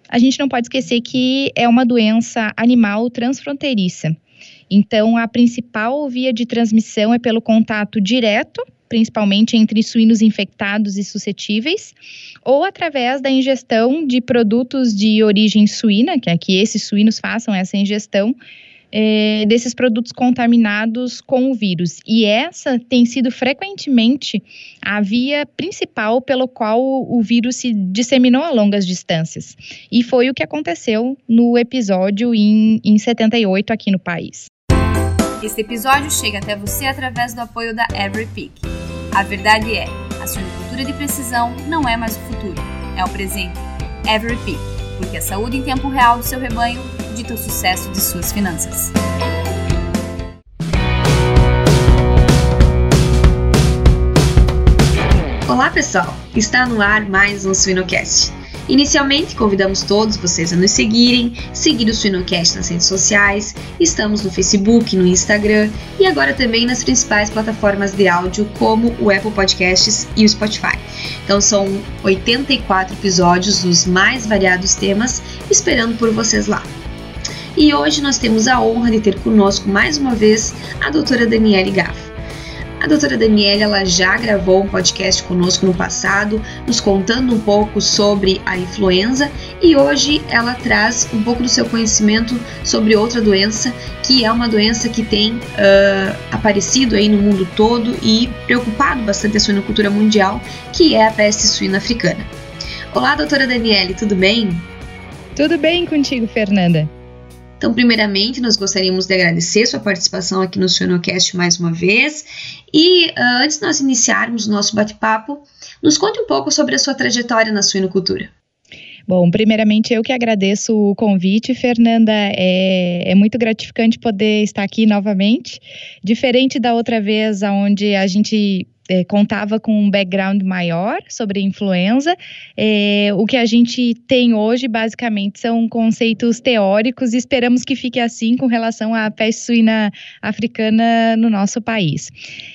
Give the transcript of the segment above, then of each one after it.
a gente não pode esquecer que é uma doença animal transfronteiriça. Então, a principal via de transmissão é pelo contato direto, principalmente entre suínos infectados e suscetíveis, ou através da ingestão de produtos de origem suína, que é que esses suínos façam essa ingestão, desses produtos contaminados com o vírus. E essa tem sido frequentemente a via principal pelo qual o vírus se disseminou a longas distâncias. E foi o que aconteceu no episódio em 78 aqui no país. Esse episódio chega até você através do apoio da EveryPeak. A verdade é, a suinocultura de precisão não é mais o futuro, é o presente. EveryPeak, porque a saúde em tempo real do seu rebanho dita o sucesso de suas finanças. Olá pessoal, está no ar mais um Suinocast. Inicialmente, convidamos todos vocês a nos seguirem, seguir o Suinocast nas redes sociais, estamos no Facebook, no Instagram e agora também nas principais plataformas de áudio como o Apple Podcasts e o Spotify. Então são 84 episódios dos mais variados temas esperando por vocês lá. E hoje nós temos a honra de ter conosco mais uma vez a doutora Daniele Gaff. A doutora Daniele, ela já gravou um podcast conosco no passado, nos contando um pouco sobre a influenza e hoje ela traz um pouco do seu conhecimento sobre outra doença, que é uma doença que tem aparecido aí no mundo todo e preocupado bastante a suinocultura mundial, que é a peste suína africana. Olá, doutora Daniele, tudo bem? Tudo bem contigo, Fernanda? Então, primeiramente, nós gostaríamos de agradecer sua participação aqui no Suinocast mais uma vez. E antes de nós iniciarmos o nosso bate-papo, nos conte um pouco sobre a sua trajetória na suinocultura. Bom, primeiramente eu que agradeço o convite, Fernanda, é muito gratificante poder estar aqui novamente, diferente da outra vez onde a gente contava com um background maior sobre influenza. O que a gente tem hoje, basicamente, são conceitos teóricos e esperamos que fique assim com relação à peste suína africana no nosso país.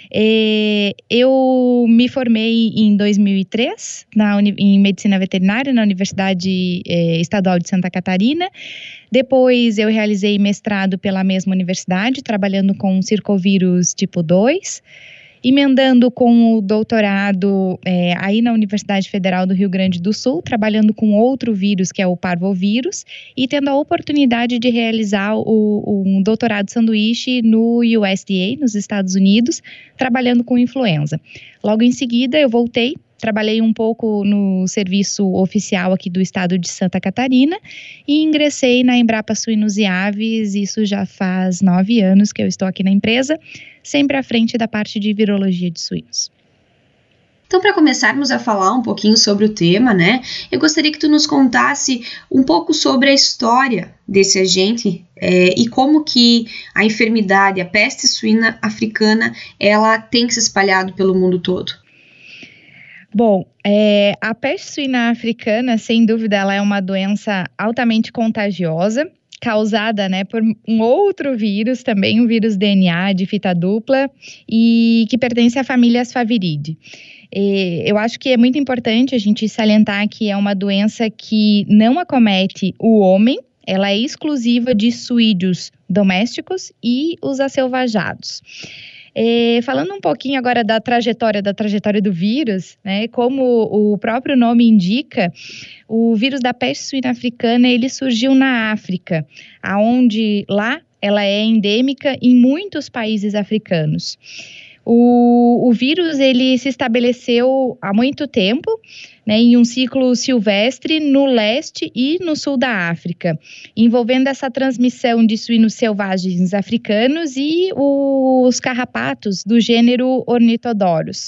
Eu me formei em 2003 em Medicina Veterinária na Universidade Estadual de Santa Catarina. Depois eu realizei mestrado pela mesma universidade, trabalhando com circovírus tipo 2. Emendando com o doutorado aí na Universidade Federal do Rio Grande do Sul, trabalhando com outro vírus, que é o parvovírus, e tendo a oportunidade de realizar um doutorado sanduíche no USDA, nos Estados Unidos, trabalhando com influenza. Logo em seguida, eu voltei. Trabalhei um pouco no serviço oficial aqui do estado de Santa Catarina e ingressei na Embrapa Suínos e Aves, isso já faz 9 anos que eu estou aqui na empresa, sempre à frente da parte de virologia de suínos. Então, para começarmos a falar um pouquinho sobre o tema, né, eu gostaria que tu nos contasse um pouco sobre a história desse agente e como que a enfermidade, a peste suína africana, ela tem se espalhado pelo mundo todo. Bom, a peste suína africana, sem dúvida, ela é uma doença altamente contagiosa, causada, por um outro vírus, também um vírus DNA de fita dupla, e que pertence à família Asfaviridae. Eu acho que é muito importante a gente salientar que é uma doença que não acomete o homem, ela é exclusiva de suídeos domésticos e os acelvajados. Falando um pouquinho agora da trajetória do vírus, como o próprio nome indica, o vírus da peste suína africana, ele surgiu na África, onde lá ela é endêmica em muitos países africanos. O vírus, ele se estabeleceu há muito tempo, em um ciclo silvestre no leste e no sul da África, envolvendo essa transmissão de suínos selvagens africanos e os carrapatos do gênero Ornithodorus.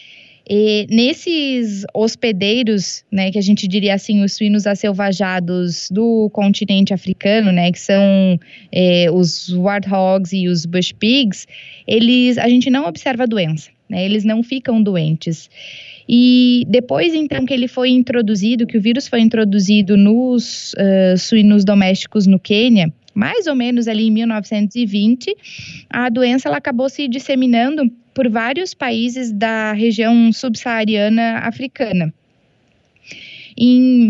Nesses hospedeiros, que a gente diria assim, os suínos acelvajados do continente africano, que são os warthogs e os bush pigs, a gente não observa a doença, eles não ficam doentes. E depois, então, que o vírus foi introduzido nos suínos domésticos no Quênia, mais ou menos ali em 1920, a doença ela acabou se disseminando por vários países da região subsaariana africana. Em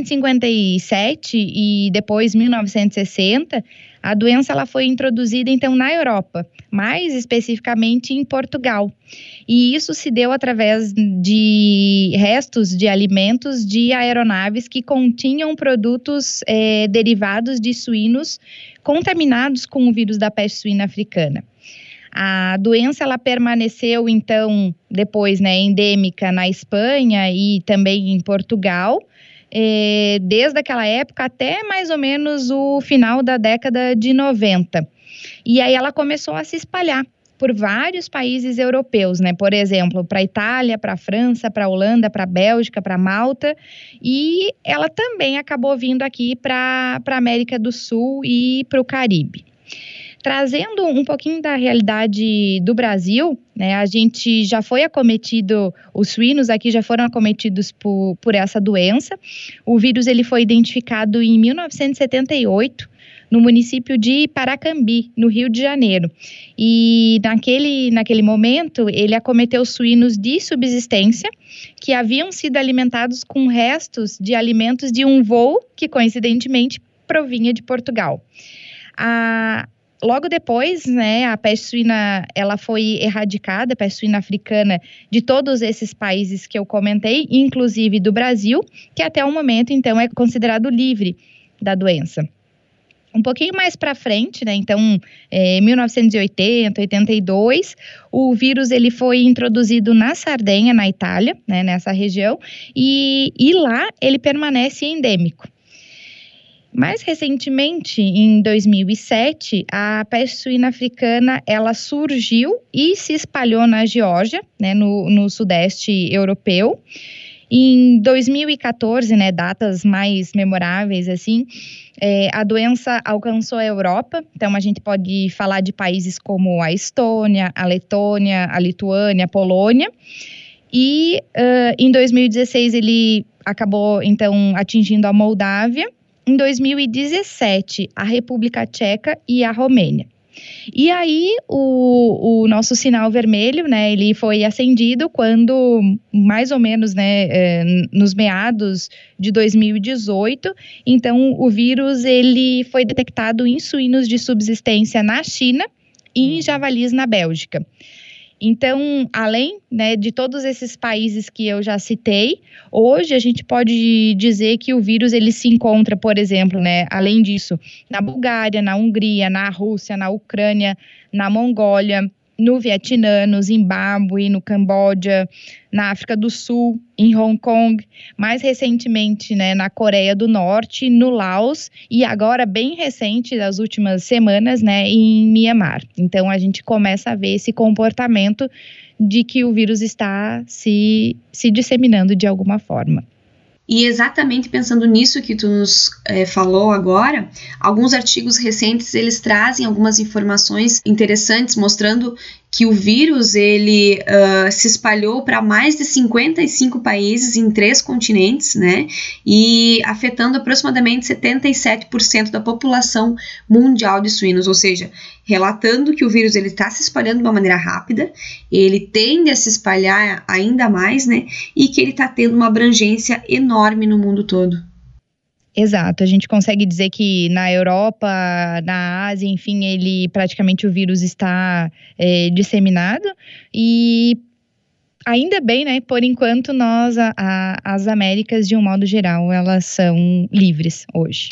1957 e depois 1960, a doença ela foi introduzida então na Europa, mais especificamente em Portugal. E isso se deu através de restos de alimentos de aeronaves que continham produtos derivados de suínos contaminados com o vírus da peste suína africana. A doença ela permaneceu então depois endêmica na Espanha e também em Portugal, desde aquela época até mais ou menos o final da década de 90. E aí ela começou a se espalhar por vários países europeus, Por exemplo, para a Itália, para a França, para a Holanda, para a Bélgica, para Malta. E ela também acabou vindo aqui para a América do Sul e para o Caribe. Trazendo um pouquinho da realidade do Brasil, a gente já foi acometido, os suínos aqui já foram acometidos por essa doença. O vírus ele foi identificado em 1978, no município de Paracambi, no Rio de Janeiro. E naquele momento, ele acometeu suínos de subsistência que haviam sido alimentados com restos de alimentos de um voo que, coincidentemente, provinha de Portugal. Logo depois, a peste suína ela foi erradicada, a peste suína africana, de todos esses países que eu comentei, inclusive do Brasil, que até o momento, então, é considerado livre da doença. Um pouquinho mais para frente, então, 1980, 82, o vírus ele foi introduzido na Sardenha, na Itália, nessa região, e lá ele permanece endêmico. Mais recentemente, em 2007, a peste suína africana ela surgiu e se espalhou na Geórgia, no sudeste europeu. Em 2014, datas mais memoráveis, assim, a doença alcançou a Europa. Então, a gente pode falar de países como a Estônia, a Letônia, a Lituânia, a Polônia. E em 2016, ele acabou, então, atingindo a Moldávia. Em 2017, a República Tcheca e a Romênia. E aí, o nosso sinal vermelho, ele foi acendido quando, mais ou menos, nos meados de 2018, então, o vírus, ele foi detectado em suínos de subsistência na China e em javalis na Bélgica. Então, além de todos esses países que eu já citei, hoje a gente pode dizer que o vírus ele se encontra, por exemplo, além disso, na Bulgária, na Hungria, na Rússia, na Ucrânia, na Mongólia, no Vietnã, no Zimbábue, no Camboja, na África do Sul, em Hong Kong, mais recentemente na Coreia do Norte, no Laos e agora bem recente, das últimas semanas, em Mianmar. Então a gente começa a ver esse comportamento de que o vírus está se disseminando de alguma forma. E exatamente pensando nisso que tu nos falou agora, alguns artigos recentes eles trazem algumas informações interessantes mostrando que o vírus ele se espalhou para mais de 55 países em 3 continentes, e afetando aproximadamente 77% da população mundial de suínos, ou seja, relatando que o vírus ele está se espalhando de uma maneira rápida, ele tende a se espalhar ainda mais, e que ele está tendo uma abrangência enorme no mundo todo. Exato, a gente consegue dizer que na Europa, na Ásia, enfim, praticamente o vírus está disseminado e ainda bem, por enquanto as Américas de um modo geral, elas são livres hoje.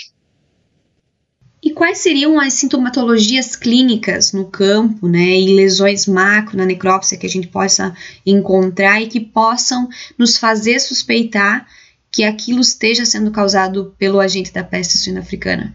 E quais seriam as sintomatologias clínicas no campo, e lesões macro na necrópsia que a gente possa encontrar e que possam nos fazer suspeitar que aquilo esteja sendo causado pelo agente da peste suína africana?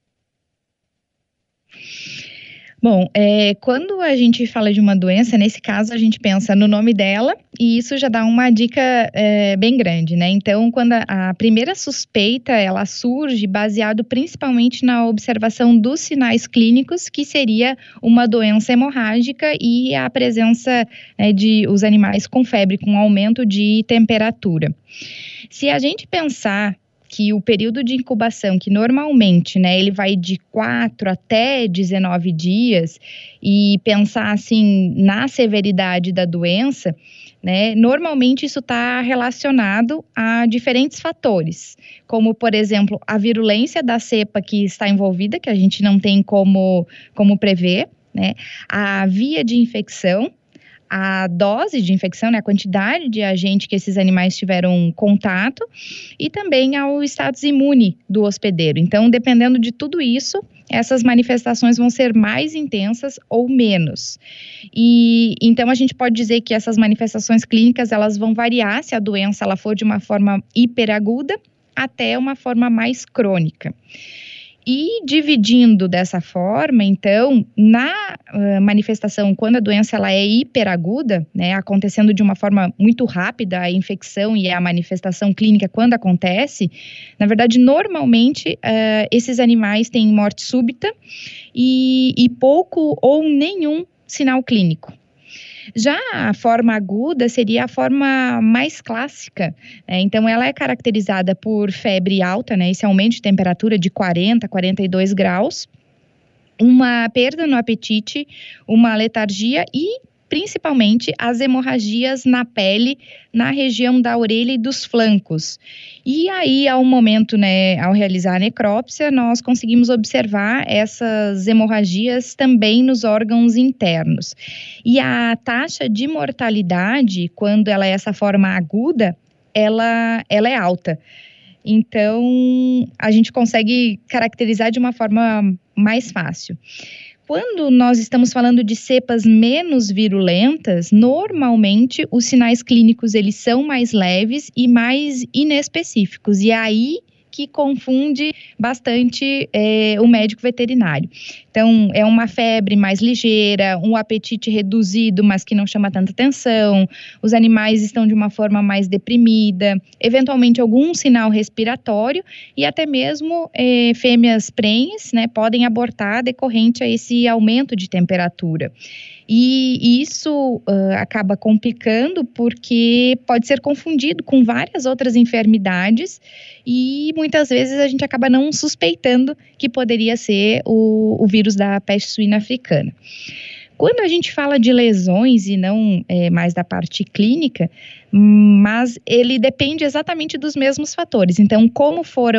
Bom, quando a gente fala de uma doença, nesse caso a gente pensa no nome dela e isso já dá uma dica bem grande, Então, quando a primeira suspeita, ela surge baseado principalmente na observação dos sinais clínicos, que seria uma doença hemorrágica e a presença de os animais com febre, com aumento de temperatura. Se a gente pensar que o período de incubação, que normalmente, né, ele vai de 4 até 19 dias, e pensar, assim, na severidade da doença, né, normalmente isso está relacionado a diferentes fatores, como, por exemplo, a virulência da cepa que está envolvida, que a gente não tem como prever, né, a via de infecção, a dose de infecção, né, a quantidade de agente que esses animais tiveram contato, e também ao status imune do hospedeiro. Então, dependendo de tudo isso, essas manifestações vão ser mais intensas ou menos. E então a gente pode dizer que essas manifestações clínicas, elas vão variar se a doença ela for de uma forma hiperaguda até uma forma mais crônica. E dividindo dessa forma, então, na manifestação, quando a doença ela é hiperaguda, né, acontecendo de uma forma muito rápida, a infecção e a manifestação clínica quando acontece, na verdade, normalmente, esses animais têm morte súbita e pouco ou nenhum sinal clínico. Já a forma aguda seria a forma mais clássica, né? Então ela é caracterizada por febre alta, né? Esse aumento de temperatura de 40 a 42 graus, uma perda no apetite, uma letargia e principalmente as hemorragias na pele, na região da orelha e dos flancos. E aí, ao momento, né, ao realizar a necrópsia, nós conseguimos observar essas hemorragias também nos órgãos internos. E a taxa de mortalidade, quando ela é essa forma aguda, ela é alta. Então, a gente consegue caracterizar de uma forma mais fácil. Quando nós estamos falando de cepas menos virulentas, normalmente os sinais clínicos eles são mais leves e mais inespecíficos. E é aí que confunde bastante o médico veterinário. Então, é uma febre mais ligeira, um apetite reduzido, mas que não chama tanta atenção, os animais estão de uma forma mais deprimida, eventualmente algum sinal respiratório e até mesmo fêmeas prenhes, né, podem abortar decorrente a esse aumento de temperatura. E isso acaba complicando porque pode ser confundido com várias outras enfermidades e muitas vezes a gente acaba não suspeitando que poderia ser o vírus da peste suína africana. Quando a gente fala de lesões e não mais da parte clínica, mas ele depende exatamente dos mesmos fatores. Então, como foi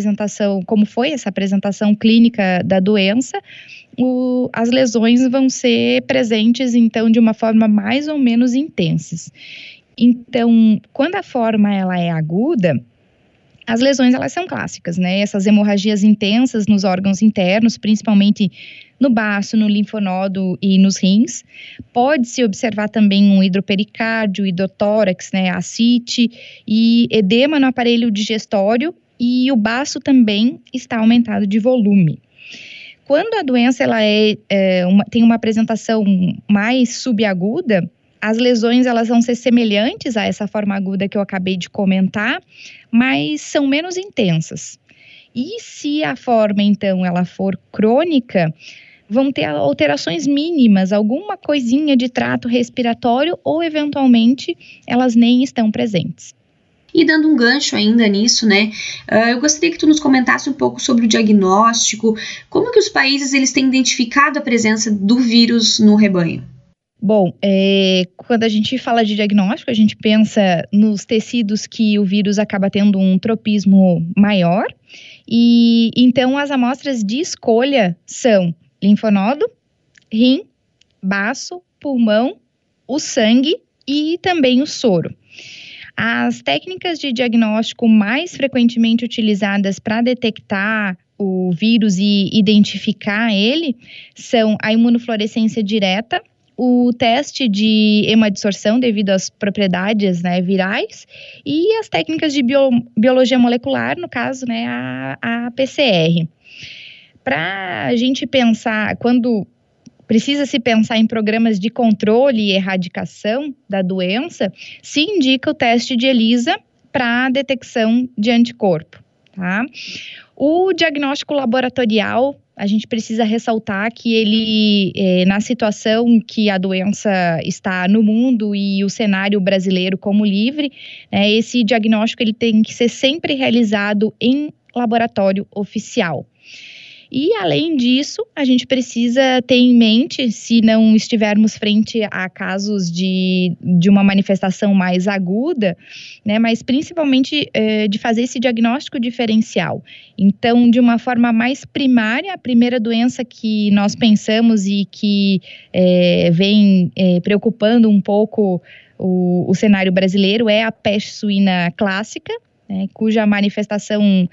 essa apresentação clínica da doença, as lesões vão ser presentes, então, de uma forma mais ou menos intensas. Então, quando a forma ela é aguda, as lesões elas são clássicas, né? Essas hemorragias intensas nos órgãos internos, principalmente no baço, no linfonodo e nos rins. Pode-se observar também um hidropericárdio, hidrotórax, né? Ascite e edema no aparelho digestório, e o baço também está aumentado de volume. Quando a doença ela tem uma apresentação mais subaguda, as lesões elas vão ser semelhantes a essa forma aguda que eu acabei de comentar, mas são menos intensas. E se a forma, então, ela for crônica, vão ter alterações mínimas, alguma coisinha de trato respiratório ou, eventualmente, elas nem estão presentes. E dando um gancho ainda nisso, né, eu gostaria que tu nos comentasse um pouco sobre o diagnóstico, como que os países eles têm identificado a presença do vírus no rebanho? Bom, quando a gente fala de diagnóstico, a gente pensa nos tecidos que o vírus acaba tendo um tropismo maior, e então as amostras de escolha são linfonodo, rim, baço, pulmão, o sangue e também o soro. As técnicas de diagnóstico mais frequentemente utilizadas para detectar o vírus e identificar ele são a imunofluorescência direta, o teste de hemadsorção devido às propriedades, né, virais, e as técnicas de biologia molecular, no caso, né, a PCR. Para a gente pensar, quando precisa se pensar em programas de controle e erradicação da doença, se indica o teste de ELISA para detecção de anticorpo. tá? O diagnóstico laboratorial, a gente precisa ressaltar que ele, na situação que a doença está no mundo e o cenário brasileiro como livre, esse diagnóstico ele tem que ser sempre realizado em laboratório oficial. E, além disso, a gente precisa ter em mente, se não estivermos frente a casos de uma manifestação mais aguda, né, mas principalmente de fazer esse diagnóstico diferencial. Então, de uma forma mais primária, a primeira doença que nós pensamos e que vem preocupando um pouco o cenário brasileiro é a peste suína clássica, cuja manifestação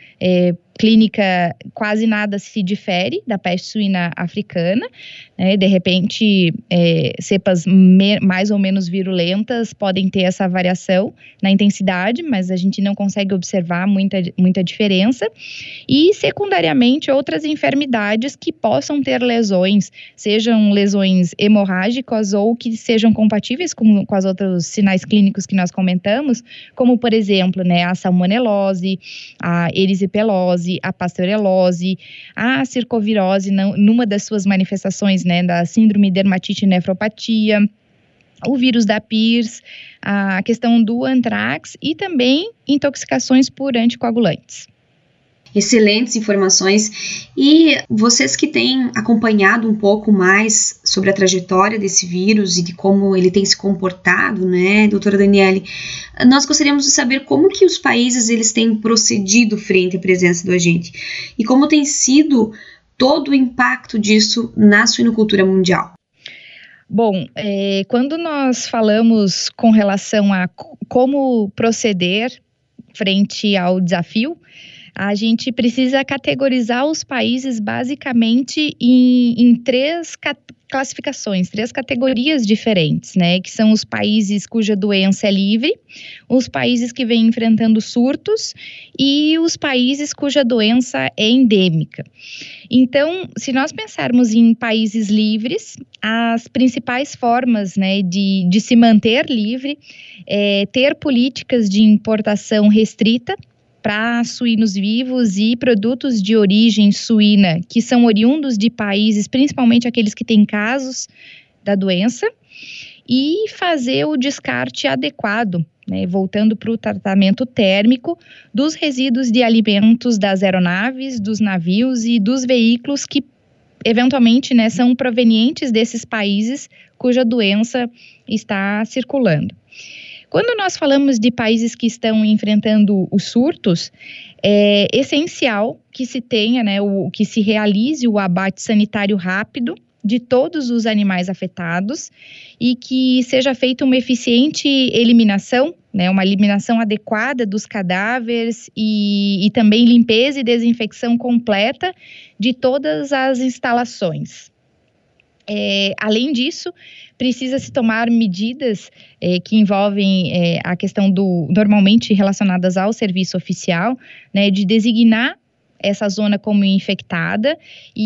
clínica quase nada se difere da peste suína africana, de repente cepas mais ou menos virulentas podem ter essa variação na intensidade, mas a gente não consegue observar muita diferença, e secundariamente outras enfermidades que possam ter lesões, sejam lesões hemorrágicas ou que sejam compatíveis com os outros sinais clínicos que nós comentamos, como por exemplo, a salmonelose, a erisipelose, a pasteurelose, a circovirose, numa das suas manifestações, da síndrome dermatite nefropatia, o vírus da PIRS, a questão do antrax e também intoxicações por anticoagulantes. Excelentes informações, e vocês que têm acompanhado um pouco mais sobre a trajetória desse vírus e de como ele tem se comportado, doutora Daniele, nós gostaríamos de saber como que os países eles têm procedido frente à presença do agente e como tem sido todo o impacto disso na suinocultura mundial. Bom, quando nós falamos com relação a como proceder frente ao desafio, a gente precisa categorizar os países basicamente em três classificações, três categorias diferentes, que são os países cuja doença é livre, os países que vêm enfrentando surtos e os países cuja doença é endêmica. Então, se nós pensarmos em países livres, as principais formas de se manter livre é ter políticas de importação restrita para suínos vivos e produtos de origem suína que são oriundos de países, principalmente aqueles que têm casos da doença, e fazer o descarte adequado, voltando para o tratamento térmico dos resíduos de alimentos das aeronaves, dos navios e dos veículos que eventualmente são provenientes desses países cuja doença está circulando. Quando nós falamos de países que estão enfrentando os surtos, é essencial que se tenha, que se realize o abate sanitário rápido de todos os animais afetados e que seja feita uma eficiente eliminação, uma eliminação adequada dos cadáveres e também limpeza e desinfecção completa de todas as instalações. Além disso, precisa-se tomar medidas que envolvem a questão normalmente relacionadas ao serviço oficial, de designar essa zona como infectada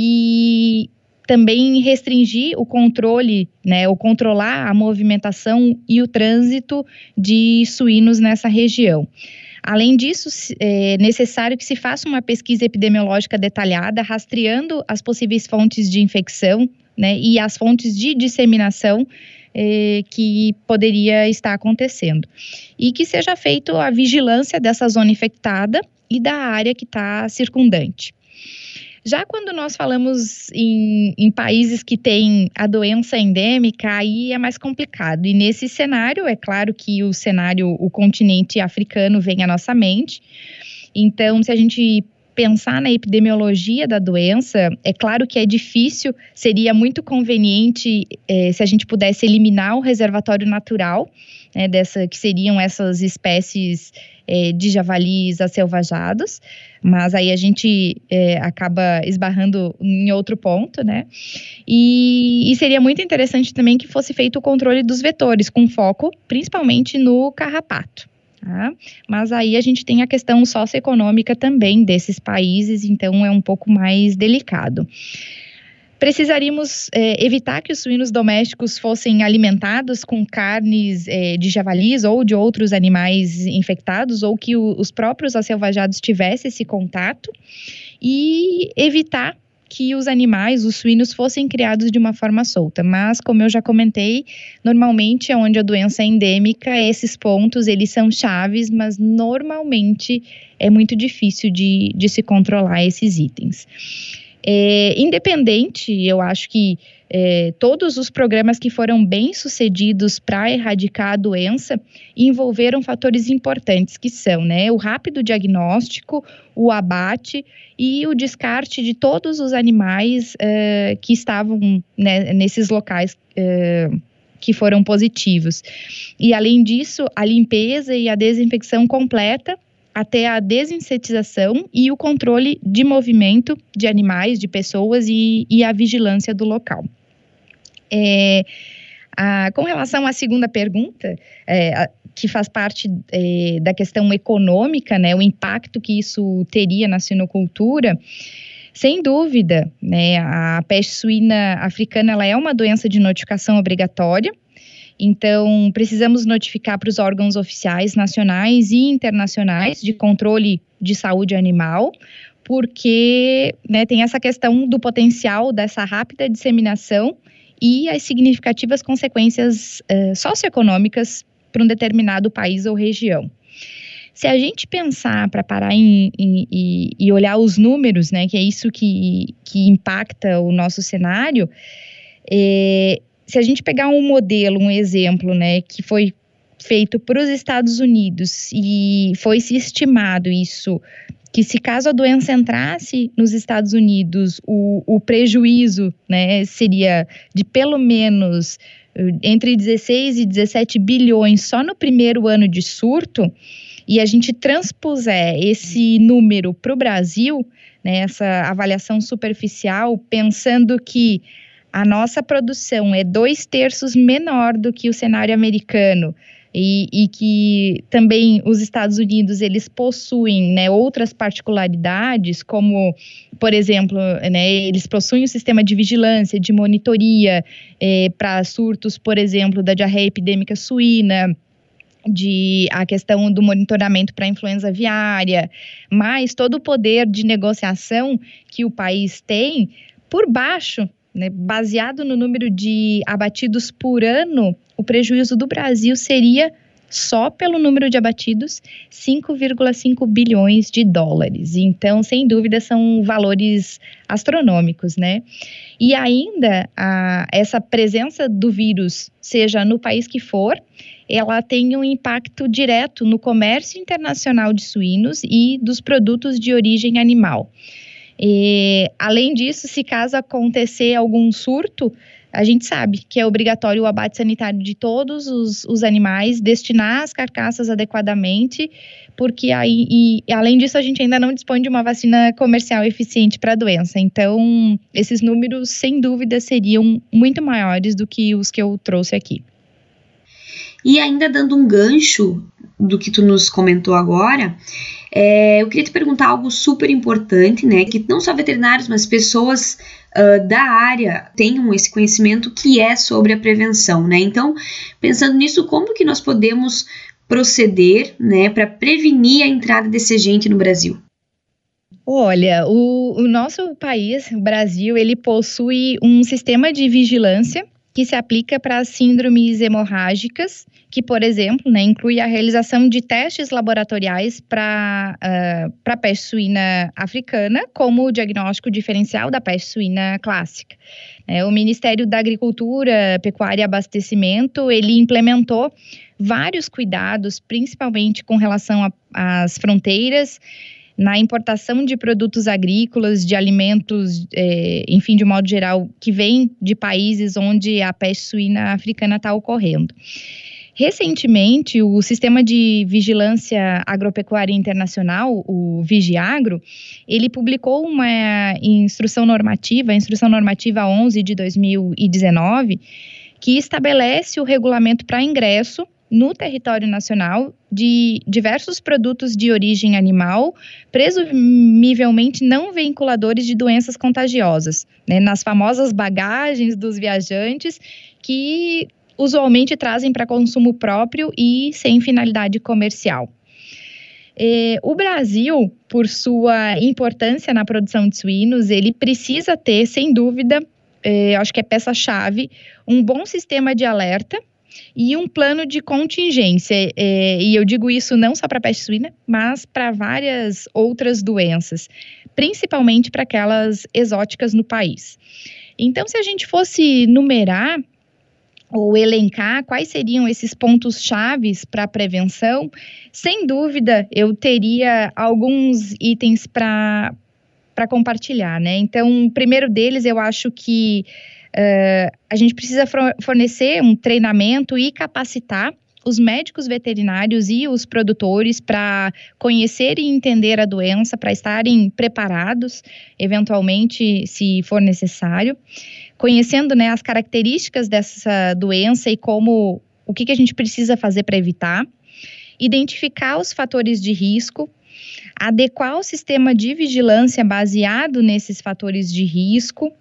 e também restringir o controle, ou controlar a movimentação e o trânsito de suínos nessa região. Além disso, é necessário que se faça uma pesquisa epidemiológica detalhada, rastreando as possíveis fontes de infecção, e as fontes de disseminação que poderia estar acontecendo. E que seja feita a vigilância dessa zona infectada e da área que está circundante. Já quando nós falamos em países que têm a doença endêmica, aí é mais complicado. E nesse cenário, é claro que o continente africano vem à nossa mente. Então, se a gente pensar na epidemiologia da doença, é claro que é difícil, seria muito conveniente se a gente pudesse eliminar o reservatório natural, que seriam essas espécies de javalis acelvajados, mas aí a gente acaba esbarrando em outro ponto, E seria muito interessante também que fosse feito o controle dos vetores, com foco principalmente no carrapato. Tá? Mas aí a gente tem a questão socioeconômica também desses países, então é um pouco mais delicado. Precisaríamos evitar que os suínos domésticos fossem alimentados com carnes de javalis ou de outros animais infectados, ou que os próprios acelvajados tivessem esse contato, e evitar que os animais, os suínos, fossem criados de uma forma solta. Mas, como eu já comentei, normalmente onde a doença é endêmica, esses pontos, eles são chaves, mas normalmente é muito difícil de se controlar esses itens. Independente, eu acho que todos os programas que foram bem sucedidos para erradicar a doença envolveram fatores importantes, que são, o rápido diagnóstico, o abate e o descarte de todos os animais que estavam nesses locais que foram positivos. E, além disso, a limpeza e a desinfecção completa, até a desinsetização e o controle de movimento de animais, de pessoas e a vigilância do local. Com relação à segunda pergunta, que faz parte da questão econômica, o impacto que isso teria na suinocultura, sem dúvida, a peste suína africana ela é uma doença de notificação obrigatória. Então, precisamos notificar para os órgãos oficiais nacionais e internacionais de controle de saúde animal, porque tem essa questão do potencial dessa rápida disseminação e as significativas consequências socioeconômicas para um determinado país ou região. Se a gente pensar para parar e olhar os números, que é isso que impacta o nosso cenário, se a gente pegar um modelo, um exemplo, que foi feito para os Estados Unidos e foi-se estimado isso, que se caso a doença entrasse nos Estados Unidos, o prejuízo, seria de pelo menos entre 16 e 17 bilhões só no primeiro ano de surto, e a gente transpuser esse número para o Brasil, essa avaliação superficial, pensando que a nossa produção é 2/3 menor do que o cenário americano e que também os Estados Unidos eles possuem outras particularidades, como, por exemplo, eles possuem um sistema de vigilância, de monitoria para surtos, por exemplo, da diarreia epidêmica suína, a questão do monitoramento para a influenza aviária, mas todo o poder de negociação que o país tem por baixo, baseado no número de abatidos por ano, o prejuízo do Brasil seria, só pelo número de abatidos, 5,5 bilhões de dólares. Então, sem dúvida, são valores astronômicos, E ainda, essa presença do vírus, seja no país que for, ela tem um impacto direto no comércio internacional de suínos e dos produtos de origem animal. Além disso, se caso acontecer algum surto, a gente sabe que é obrigatório o abate sanitário de todos os animais, destinar as carcaças adequadamente, porque além disso a gente ainda não dispõe de uma vacina comercial eficiente para a doença. Então, esses números, sem dúvida, seriam muito maiores do que os que eu trouxe aqui. E ainda dando um gancho do que tu nos comentou agora, eu queria te perguntar algo super importante, que não só veterinários, mas pessoas da área tenham esse conhecimento, que é sobre a prevenção, Então, pensando nisso, como que nós podemos proceder, para prevenir a entrada desse agente no Brasil? Olha, o nosso país, o Brasil, ele possui um sistema de vigilância que se aplica para as síndromes hemorrágicas, que, por exemplo, inclui a realização de testes laboratoriais para a peste suína africana, como o diagnóstico diferencial da peste suína clássica. O Ministério da Agricultura, Pecuária e Abastecimento, ele implementou vários cuidados, principalmente com relação às fronteiras, na importação de produtos agrícolas, de alimentos, enfim, de modo geral, que vêm de países onde a peste suína africana está ocorrendo. Recentemente, o Sistema de Vigilância Agropecuária Internacional, o Vigiagro, ele publicou uma instrução normativa, a Instrução Normativa 11 de 2019, que estabelece o regulamento para ingresso no território nacional de diversos produtos de origem animal, presumivelmente não veiculadores de doenças contagiosas, né, nas famosas bagagens dos viajantes que usualmente trazem para consumo próprio e sem finalidade comercial. O Brasil, por sua importância na produção de suínos, ele precisa ter, sem dúvida, acho que é peça-chave, um bom sistema de alerta e um plano de contingência. E eu digo isso não só para a peste suína, mas para várias outras doenças, principalmente para aquelas exóticas no país. Então, se a gente fosse numerar ou elencar quais seriam esses pontos chaves para a prevenção, sem dúvida eu teria alguns itens para compartilhar, né? Então, o primeiro deles, eu acho que a gente precisa fornecer um treinamento e capacitar os médicos veterinários e os produtores para conhecer e entender a doença, para estarem preparados, eventualmente, se for necessário. Conhecendo, né, as características dessa doença e o que a gente precisa fazer para evitar, identificar os fatores de risco, adequar o sistema de vigilância baseado nesses fatores de risco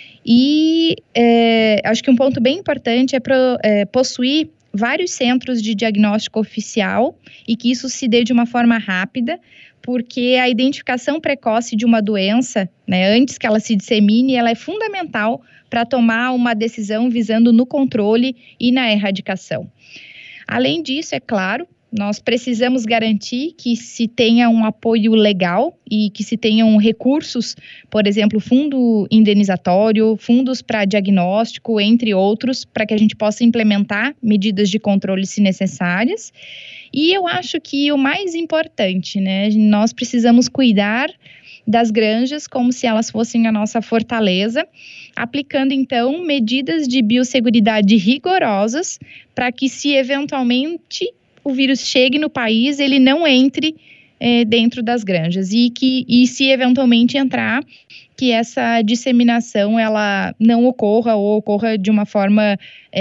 e acho que um ponto bem importante é possuir vários centros de diagnóstico oficial e que isso se dê de uma forma rápida, porque a identificação precoce de uma doença, né, antes que ela se dissemine, ela é fundamental para tomar uma decisão visando no controle e na erradicação. Além disso, é claro, nós precisamos garantir que se tenha um apoio legal e que se tenham recursos, por exemplo, fundo indenizatório, fundos para diagnóstico, entre outros, para que a gente possa implementar medidas de controle se necessárias. E eu acho que o mais importante, né, nós precisamos cuidar das granjas como se elas fossem a nossa fortaleza, aplicando então medidas de biosseguridade rigorosas para que, se eventualmente o vírus chegue no país, ele não entre dentro das granjas e se eventualmente entrar, que essa disseminação ela não ocorra ou ocorra de uma forma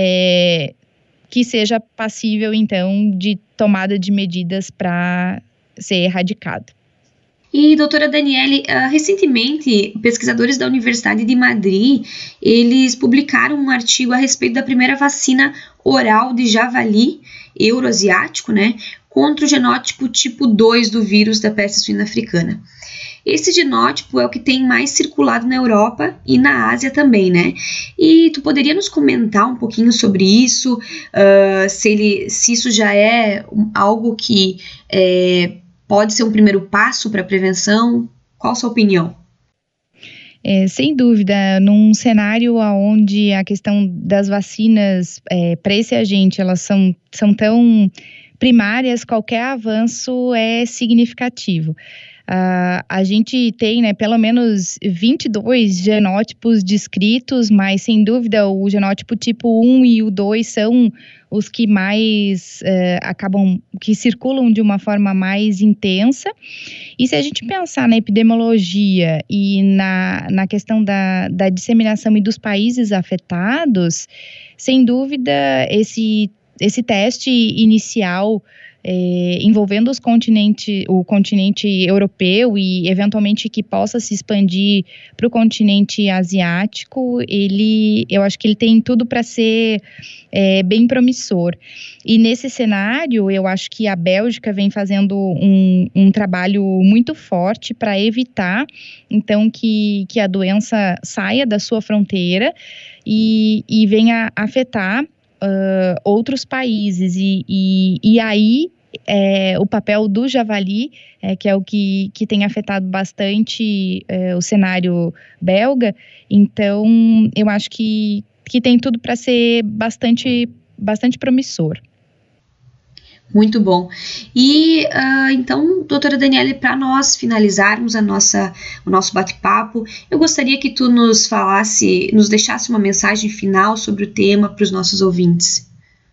que seja passível então de tomada de medidas para ser erradicado. E, doutora Daniele, recentemente, pesquisadores da Universidade de Madrid, eles publicaram um artigo a respeito da primeira vacina oral de javali euroasiático, né, contra o genótipo tipo 2 do vírus da peste suína africana. Esse genótipo é o que tem mais circulado na Europa e na Ásia também, né? E tu poderia nos comentar um pouquinho sobre isso, se isso já é algo que pode ser um primeiro passo para a prevenção? Qual a sua opinião? Sem dúvida, num cenário onde a questão das vacinas para esse agente, elas são tão primárias, qualquer avanço é significativo. A gente tem, né, pelo menos 22 genótipos descritos, mas sem dúvida o genótipo tipo 1 e o 2 são os que mais que circulam de uma forma mais intensa. E se a gente pensar na epidemiologia e na questão da disseminação e dos países afetados, sem dúvida esse teste inicial envolvendo o continente europeu e eventualmente que possa se expandir para o continente asiático, eu acho que ele tem tudo para ser bem promissor. E nesse cenário, eu acho que a Bélgica vem fazendo um trabalho muito forte para evitar, então, que a doença saia da sua fronteira e venha afetar outros países e aí o papel do javali, que é o que tem afetado bastante o cenário belga. Então eu acho que tem tudo para ser bastante promissor. Muito bom. E então, doutora Daniele, para nós finalizarmos o nosso bate-papo, eu gostaria que tu nos deixasse uma mensagem final sobre o tema para os nossos ouvintes.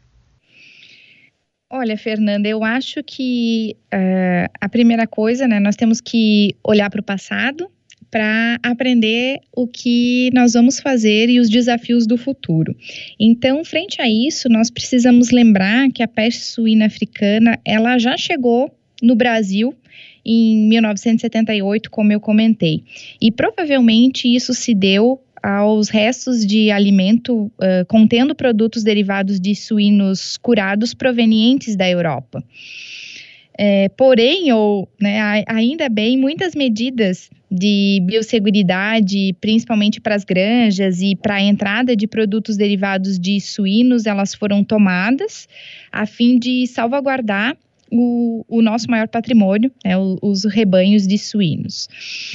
Olha, Fernanda, eu acho que a primeira coisa, né, nós temos que olhar para o passado, para aprender o que nós vamos fazer e os desafios do futuro. Então, frente a isso, nós precisamos lembrar que a peste suína africana, ela já chegou no Brasil em 1978, como eu comentei. E provavelmente isso se deu aos restos de alimento contendo produtos derivados de suínos curados provenientes da Europa. Porém, ainda bem, muitas medidas de biosseguridade, principalmente para as granjas e para a entrada de produtos derivados de suínos, elas foram tomadas a fim de salvaguardar o nosso maior patrimônio, os rebanhos de suínos.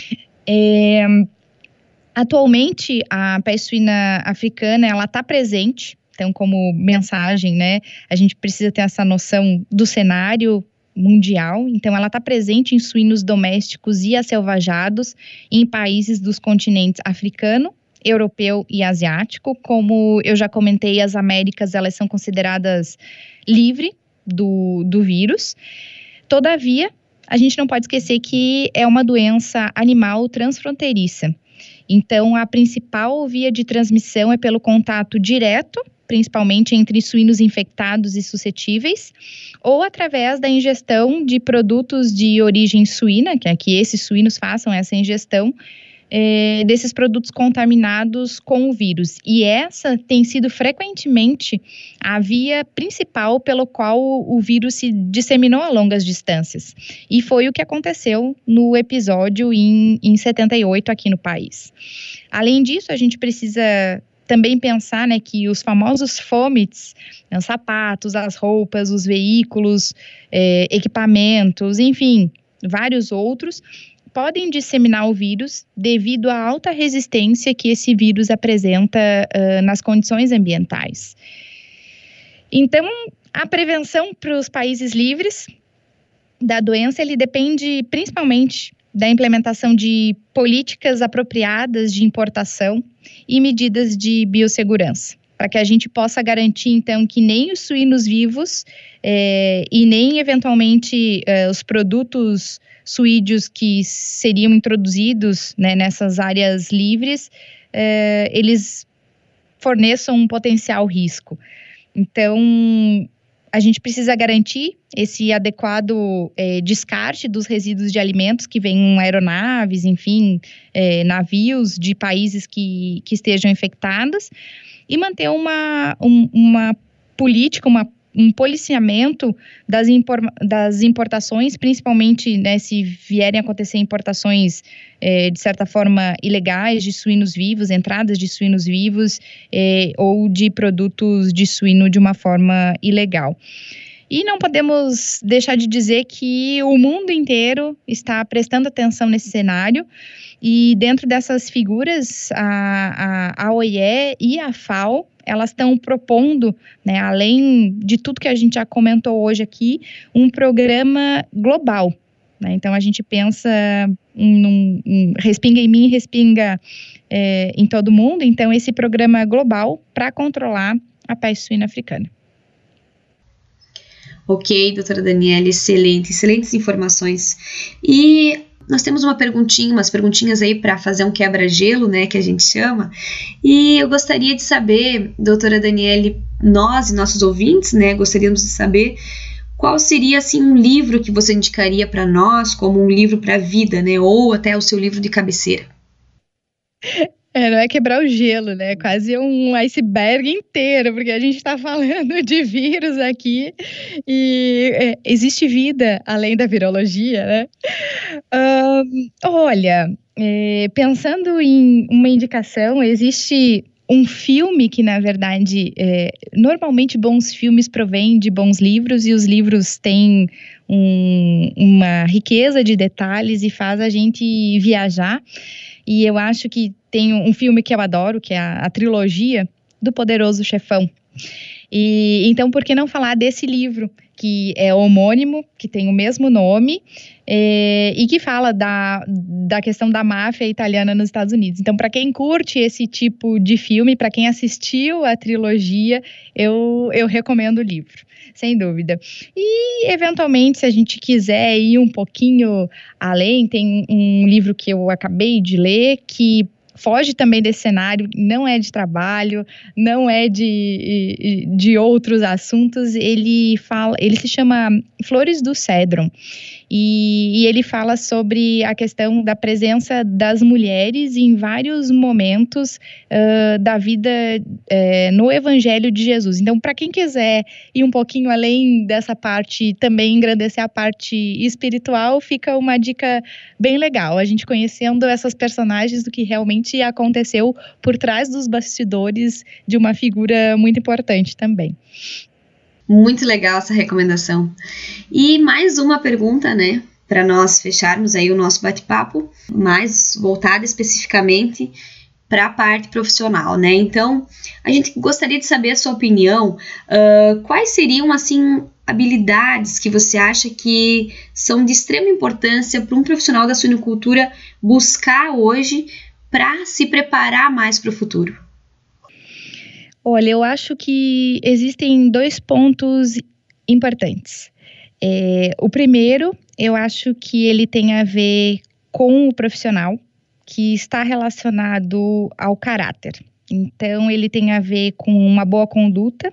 Atualmente, a peste suína africana, ela está presente, então como mensagem, né, a gente precisa ter essa noção do cenário mundial, então ela está presente em suínos domésticos e acelvajados em países dos continentes africano, europeu e asiático. Como eu já comentei, as Américas, elas são consideradas livres do vírus. Todavia, a gente não pode esquecer que é uma doença animal transfronteiriça. Então, a principal via de transmissão é pelo contato direto, principalmente entre suínos infectados e suscetíveis, ou através da ingestão de produtos de origem suína, que é que esses suínos façam essa ingestão desses produtos contaminados com o vírus. E essa tem sido frequentemente a via principal pelo qual o vírus se disseminou a longas distâncias. E foi o que aconteceu no episódio em 78 aqui no país. Além disso, a gente precisa também pensar, né, que os famosos fomites, os sapatos, as roupas, os veículos, equipamentos, enfim, vários outros, podem disseminar o vírus devido à alta resistência que esse vírus apresenta nas condições ambientais. Então, a prevenção para os países livres da doença, ele depende principalmente da implementação de políticas apropriadas de importação e medidas de biossegurança, para que a gente possa garantir, então, que nem os suínos vivos e nem, eventualmente, os produtos suídeos que seriam introduzidos, né, nessas áreas livres, eles forneçam um potencial risco. Então, a gente precisa garantir esse adequado descarte dos resíduos de alimentos que vêm em aeronaves, enfim, navios de países que estejam infectados, e manter uma política, um policiamento das importações, principalmente, né, se vierem a acontecer importações, de certa forma, ilegais de suínos vivos, entradas de suínos vivos, ou de produtos de suíno de uma forma ilegal. E não podemos deixar de dizer que o mundo inteiro está prestando atenção nesse cenário, e dentro dessas figuras, a OIE e a FAO, elas estão propondo, né, além de tudo que a gente já comentou hoje aqui, um programa global, né? Então, a gente pensa respinga em mim, respinga em todo mundo. Então, esse programa global para controlar a peste suína africana. Ok, doutora Daniela, excelentes informações. E nós temos umas perguntinhas aí para fazer um quebra-gelo, né, que a gente chama. E eu gostaria de saber, doutora Daniele, nós e nossos ouvintes, né, gostaríamos de saber qual seria, assim, um livro que você indicaria para nós como um livro para a vida, né, ou até o seu livro de cabeceira. Não é quebrar o gelo, né? Quase um iceberg inteiro, porque a gente está falando de vírus aqui e existe vida além da virologia, né? Olha, pensando em uma indicação, existe um filme que, na verdade, normalmente bons filmes provêm de bons livros, e os livros têm uma riqueza de detalhes e faz a gente viajar. E eu acho que tem um filme que eu adoro, que é a trilogia do Poderoso Chefão. E então, por que não falar desse livro, que é homônimo, que tem o mesmo nome, e que fala da questão da máfia italiana nos Estados Unidos. Então, para quem curte esse tipo de filme, para quem assistiu a trilogia, eu recomendo o livro, sem dúvida. E, eventualmente, se a gente quiser ir um pouquinho além, tem um livro que eu acabei de ler, que foge também desse cenário, não é de trabalho, não é de outros assuntos, ele se chama Flores do Cédron. E ele fala sobre a questão da presença das mulheres em vários momentos da vida no Evangelho de Jesus. Então, para quem quiser ir um pouquinho além dessa parte, também engrandecer a parte espiritual, fica uma dica bem legal. A gente conhecendo essas personagens do que realmente aconteceu por trás dos bastidores de uma figura muito importante também. Muito legal essa recomendação. E mais uma pergunta, né, para nós fecharmos aí o nosso bate-papo, mais voltada especificamente para a parte profissional, né? Então, a gente gostaria de saber a sua opinião, quais seriam, assim, habilidades que você acha que são de extrema importância para um profissional da suinocultura buscar hoje para se preparar mais para o futuro? Olha, eu acho que existem 2 pontos importantes. O primeiro, eu acho que ele tem a ver com o profissional, que está relacionado ao caráter. Então, ele tem a ver com uma boa conduta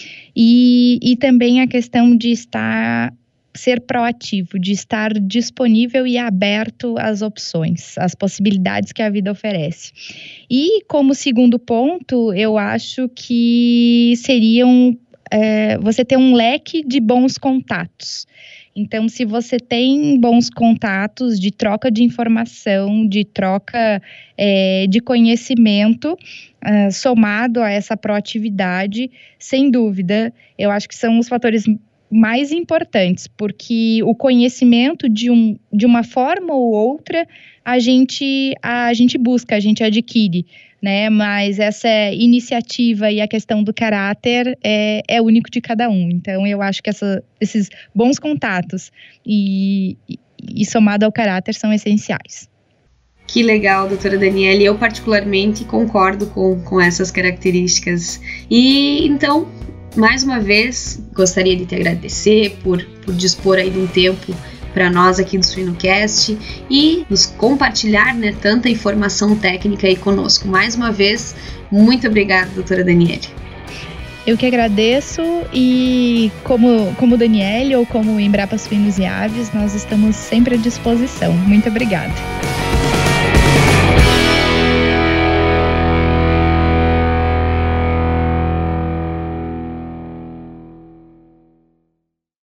e também a questão de ser proativo, de estar disponível e aberto às opções, às possibilidades que a vida oferece. E como segundo ponto, eu acho que seriam você ter um leque de bons contatos. Então, se você tem bons contatos de troca de informação, de troca de conhecimento, somado a essa proatividade, sem dúvida, eu acho que são os fatores mais importantes, porque o conhecimento de uma forma ou outra a gente busca, a gente adquire, né? Mas essa iniciativa e a questão do caráter é único de cada um. Então, eu acho que esses bons contatos e somado ao caráter são essenciais. Que legal, doutora Daniele. Eu particularmente concordo com essas características. E então, mais uma vez, gostaria de te agradecer por dispor aí de um tempo para nós aqui do Suinocast e nos compartilhar, né, tanta informação técnica aí conosco. Mais uma vez, muito obrigada, doutora Daniele. Eu que agradeço e como Daniele ou como Embrapa Suínos e Aves, nós estamos sempre à disposição. Muito obrigada.